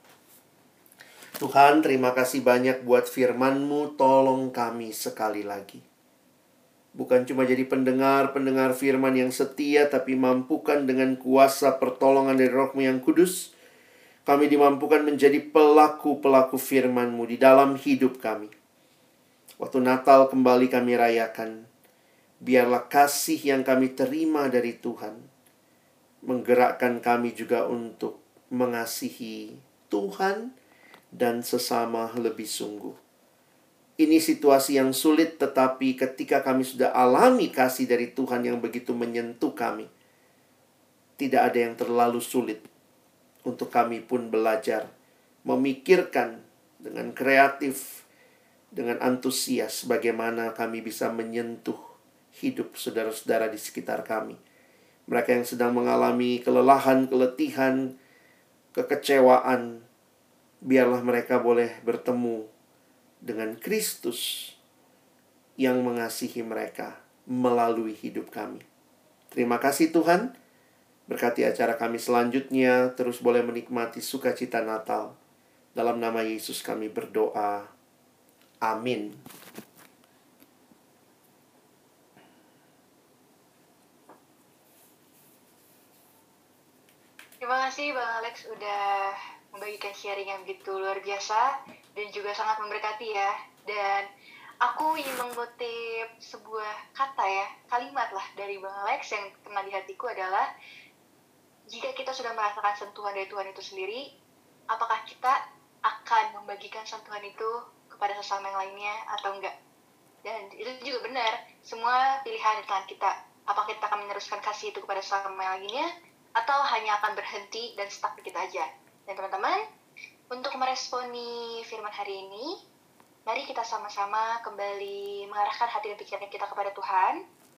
Tuhan, terima kasih banyak buat firman-Mu. Tolong kami sekali lagi. Bukan cuma jadi pendengar firman yang setia, tapi mampukan dengan kuasa pertolongan dari Roh-Mu yang kudus, kami dimampukan menjadi pelaku-pelaku firman-Mu di dalam hidup kami. Waktu Natal kembali kami rayakan, biarlah kasih yang kami terima dari Tuhan menggerakkan kami juga untuk mengasihi Tuhan dan sesama lebih sungguh. Ini situasi yang sulit, tetapi ketika kami sudah alami kasih dari Tuhan yang begitu menyentuh kami, tidak ada yang terlalu sulit untuk kami pun belajar memikirkan dengan kreatif, dengan antusias bagaimana kami bisa menyentuh hidup saudara-saudara di sekitar kami. Mereka yang sedang mengalami kelelahan, keletihan, kekecewaan, biarlah mereka boleh bertemu dengan Kristus yang mengasihi mereka melalui hidup kami. Terima kasih Tuhan. Berkati acara kami selanjutnya. Terus boleh menikmati sukacita Natal. Dalam nama Yesus kami berdoa. Amin. Terima kasih Bang Alex udah membagikan sharing yang begitu luar biasa dan juga sangat memberkati ya. Dan aku ingin mengutip sebuah kata ya, kalimat lah dari Bang Alex yang kena di hatiku adalah, jika kita sudah merasakan sentuhan dari Tuhan itu sendiri, apakah kita akan membagikan sentuhan itu kepada sesama yang lainnya atau enggak? Dan itu juga benar, semua pilihan di tangan kita. Apakah kita akan meneruskan kasih itu kepada sesama yang lainnya, atau hanya akan berhenti dan stuck di kita aja. Dan teman-teman, untuk meresponi firman hari ini, mari kita sama-sama kembali mengarahkan hati dan pikiran kita kepada Tuhan.